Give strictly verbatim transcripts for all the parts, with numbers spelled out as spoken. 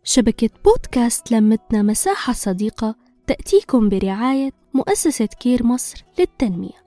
شبكة بودكاست لمتنا مساحة صديقة تأتيكم برعاية مؤسسة كير مصر للتنمية.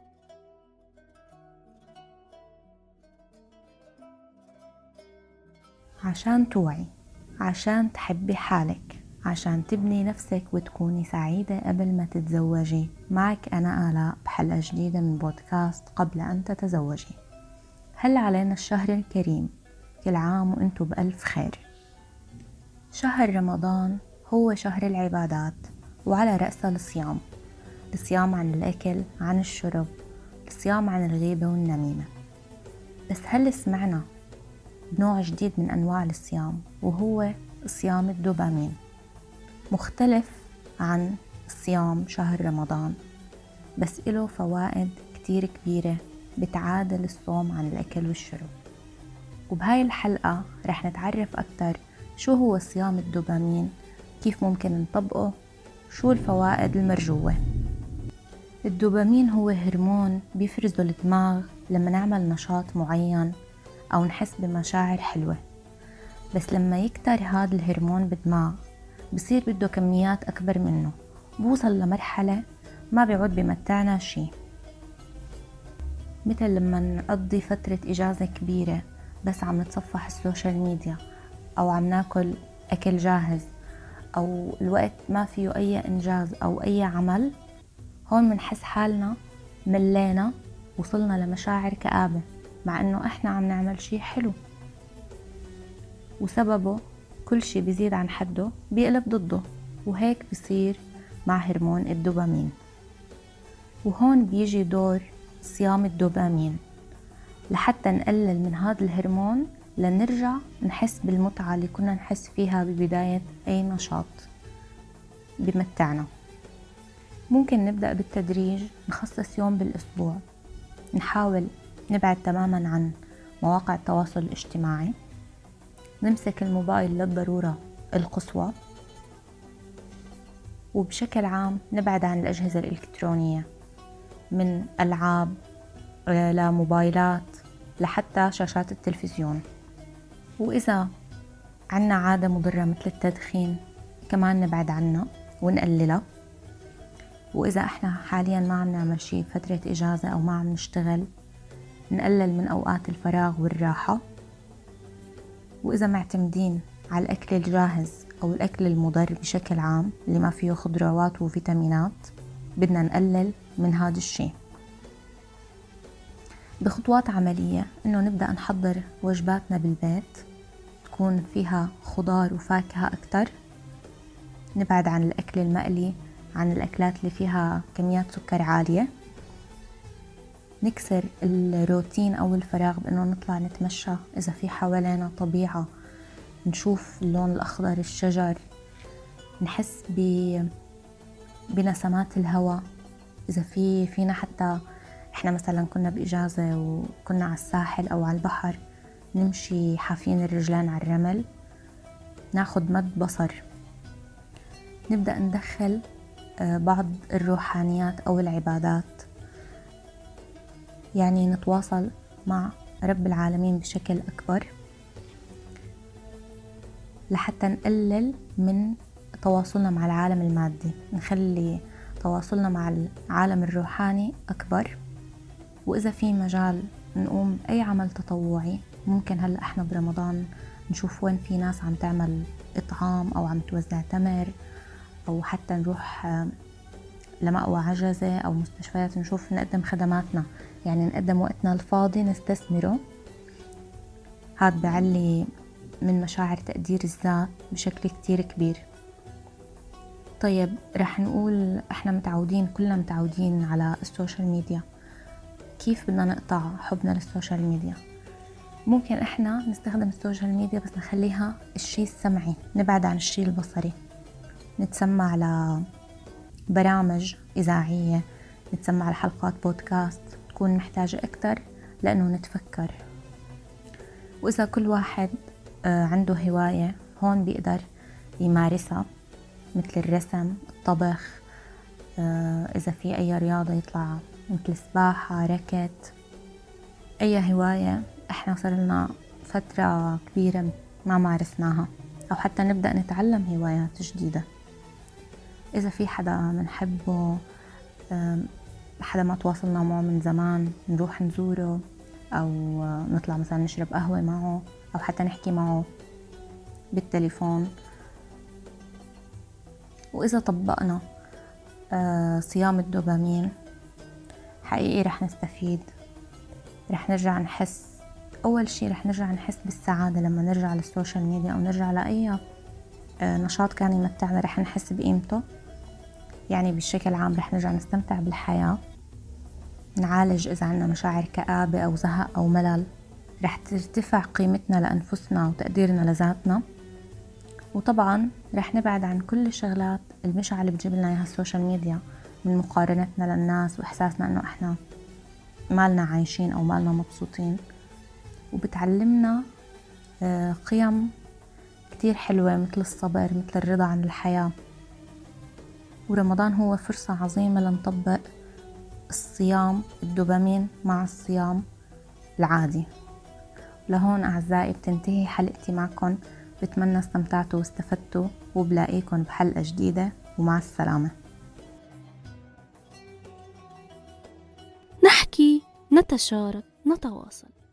عشان توعي، عشان تحبي حالك، عشان تبني نفسك وتكوني سعيدة قبل ما تتزوجي. معك أنا آلاء بحلقة جديدة من بودكاست قبل أن تتزوجي. هل علينا الشهر الكريم، كل عام وأنتم بألف خير. شهر رمضان هو شهر العبادات، وعلى رأسه الصيام. الصيام عن الأكل، عن الشرب، الصيام عن الغيبة والنميمة. بس هل سمعنا بنوع جديد من أنواع الصيام، وهو صيام الدوبامين، مختلف عن صيام شهر رمضان، بس له فوائد كتير كبيرة بتعادل الصوم عن الأكل والشرب. وبهاي الحلقة رح نتعرف أكتر شو هو صيام الدوبامين، كيف ممكن نطبقه، شو الفوائد المرجوة. الدوبامين هو هرمون بيفرزه الدماغ لما نعمل نشاط معين أو نحس بمشاعر حلوة. بس لما يكتر هذا الهرمون بالدماغ بصير بده كميات أكبر منه، بوصل لمرحلة ما بيعود بمتعنا شي. مثل لما نقضي فترة إجازة كبيرة بس عم نتصفح السوشيال ميديا، أو عم ناكل أكل جاهز، أو الوقت ما فيه أي إنجاز أو أي عمل. هون منحس حالنا ملينا، وصلنا لمشاعر كآبة، مع أنه إحنا عم نعمل شي حلو. وسببه كل شي بيزيد عن حده بيقلب ضده، وهيك بيصير مع هرمون الدوبامين. وهون بيجي دور صيام الدوبامين لحتى نقلل من هذا الهرمون، لنرجع نحس بالمتعة اللي كنا نحس فيها ببداية أي نشاط بمتعنا. ممكن نبدأ بالتدريج، نخصص يوم بالأسبوع، نحاول نبعد تماما عن مواقع التواصل الاجتماعي، نمسك الموبايل للضرورة القصوى، وبشكل عام نبعد عن الأجهزة الإلكترونية، من ألعاب لموبايلات لحتى شاشات التلفزيون. وإذا عنا عادة مضرة مثل التدخين كمان نبعد عنها ونقللها. وإذا إحنا حاليا ما عم نعمل شيء، فترة إجازة أو ما عم نشتغل، نقلل من أوقات الفراغ والراحة. وإذا معتمدين على الأكل الجاهز أو الأكل المضر بشكل عام اللي ما فيه خضروات وفيتامينات، بدنا نقلل من هذا الشيء بخطوات عملية. إنه نبدأ نحضر وجباتنا بالبيت تكون فيها خضار وفاكهة أكتر، نبعد عن الأكل المقلي، عن الأكلات اللي فيها كميات سكر عالية، نكسر الروتين أو الفراغ بأنه نطلع نتمشى إذا في حوالينا طبيعة، نشوف اللون الأخضر الشجر، نحس ب... بنسمات الهواء. إذا في فينا حتى إحنا مثلا كنا بإجازة وكنا على الساحل أو على البحر، نمشي حافين الرجلين على الرمل، ناخد مد بصر. نبدأ ندخل بعض الروحانيات أو العبادات، يعني نتواصل مع رب العالمين بشكل أكبر لحتى نقلل من تواصلنا مع العالم المادي، نخلي تواصلنا مع العالم الروحاني أكبر. وإذا في مجال نقوم أي عمل تطوعي، ممكن هلأ إحنا برمضان نشوف وين في ناس عم تعمل إطعام أو عم توزع تمر، أو حتى نروح لمأوى عجزة أو مستشفيات نشوف نقدم خدماتنا، يعني نقدم وقتنا الفاضي نستثمره. هاد بعلي من مشاعر تقدير الذات بشكل كتير كبير. طيب رح نقول احنا متعودين، كلنا متعودين على السوشيال ميديا، كيف بدنا نقطع حبنا للسوشيال ميديا؟ ممكن احنا نستخدم السوشيال ميديا بس نخليها الشيء السمعي، نبعد عن الشيء البصري، نتسمع على برامج إذاعية، نتسمع على حلقات بودكاست تكون محتاجة أكتر لأنه نتفكر. وإذا كل واحد عنده هواية هون بيقدر يمارسها، مثل الرسم، الطبخ، إذا في أي رياضة يطلع مثل سباحة، ركض، أي هواية إحنا صرنا فترة كبيرة ما مارسناها. أو حتى نبدأ نتعلم هوايات جديدة. إذا في حدا منحبه، حدا ما تواصلنا معه من زمان، نروح نزوره أو نطلع مثلا نشرب قهوة معه أو حتى نحكي معه بالتليفون. وإذا طبقنا صيام الدوبامين حقيقي رح نستفيد، رح نرجع نحس، أول شي رح نرجع نحس بالسعادة لما نرجع للسوشيال ميديا أو نرجع لأي نشاط كان يمتعنا، رح نحس بقيمته. يعني بشكل عام رح نرجع نستمتع بالحياة، نعالج إذا عنا مشاعر كآبة أو زهق أو ملل، رح ترتفع قيمتنا لأنفسنا وتقديرنا لذاتنا. وطبعا رح نبعد عن كل الشغلات المشعة اللي بتجيب لنا إياها السوشيال ميديا من مقارنتنا للناس وإحساسنا أنه إحنا مالنا عايشين أو مالنا مبسوطين. وبتعلمنا قيم كتير حلوة مثل الصبر، مثل الرضا عن الحياة. ورمضان هو فرصة عظيمة لنطبق الصيام الدوبامين مع الصيام العادي. لهون أعزائي بتنتهي حلقتي معكم، بتمنى استمتعتوا واستفدتوا، وبلاقيكم بحلقة جديدة، ومع السلامة. نحكي، نتشارك، نتواصل.